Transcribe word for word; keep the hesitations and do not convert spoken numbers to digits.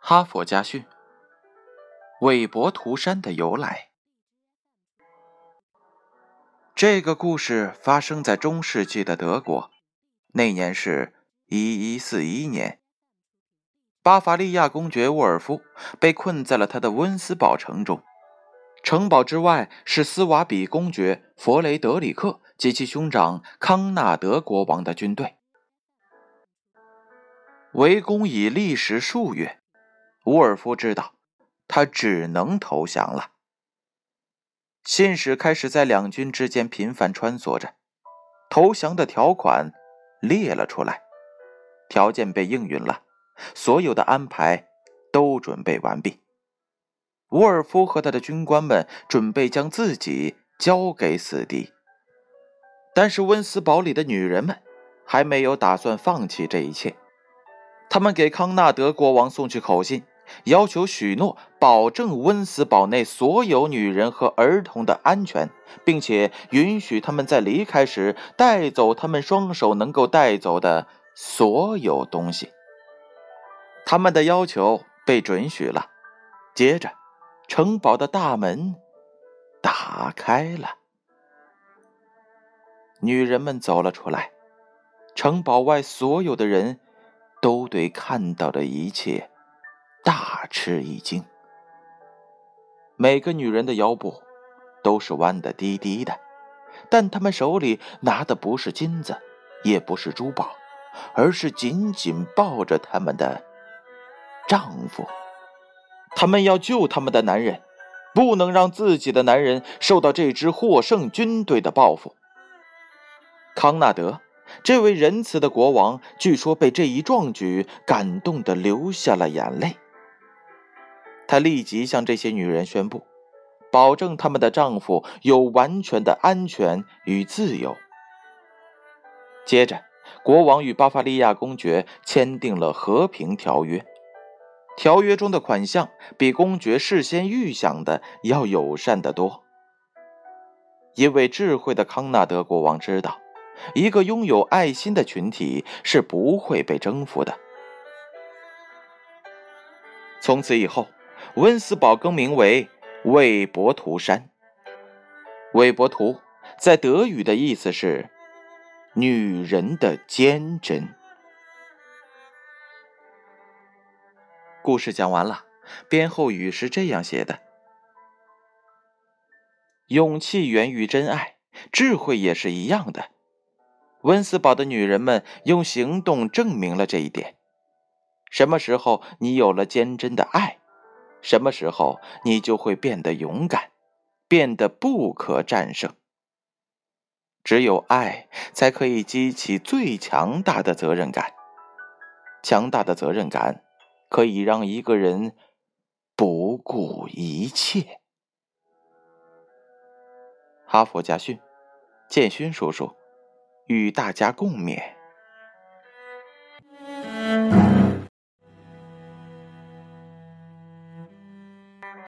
哈佛家训：韦伯图山的由来。这个故事发生在中世纪的德国，那年是一一四一年。巴伐利亚公爵沃尔夫被困在了他的温斯堡城中，城堡之外是斯瓦比公爵弗雷德里克及其兄长康纳德国王的军队。围攻已历时数月，沃尔夫知道他只能投降了。信使开始在两军之间频繁穿梭着，投降的条款列了出来，条件被应允了，所有的安排都准备完毕。沃尔夫和他的军官们准备将自己交给死敌，但是温斯堡里的女人们还没有打算放弃这一切。他们给康纳德国王送去口信，要求许诺保证温斯堡内所有女人和儿童的安全，并且允许他们在离开时带走他们双手能够带走的所有东西。他们的要求被准许了，接着城堡的大门打开了，女人们走了出来，城堡外所有的人都对看到的一切大吃一惊。每个女人的腰部都是弯得低低的，但她们手里拿的不是金子，也不是珠宝，而是紧紧抱着她们的丈夫。她们要救她们的男人，不能让自己的男人受到这支获胜军队的报复。康纳德这位仁慈的国王据说被这一壮举感动得流下了眼泪。他立即向这些女人宣布，保证她们的丈夫有完全的安全与自由。接着，国王与巴伐利亚公爵签订了和平条约。条约中的款项比公爵事先预想的要友善得多。因为智慧的康纳德国王知道，一个拥有爱心的群体是不会被征服的。从此以后，温斯堡更名为韦伯图山。韦伯图在德语的意思是女人的坚贞。故事讲完了，编后语是这样写的：勇气源于真爱，智慧也是一样的。温斯堡的女人们用行动证明了这一点。什么时候你有了坚贞的爱，什么时候你就会变得勇敢，变得不可战胜。只有爱才可以激起最强大的责任感。强大的责任感可以让一个人不顾一切。哈佛家训，建勋叔叔与大家共勉。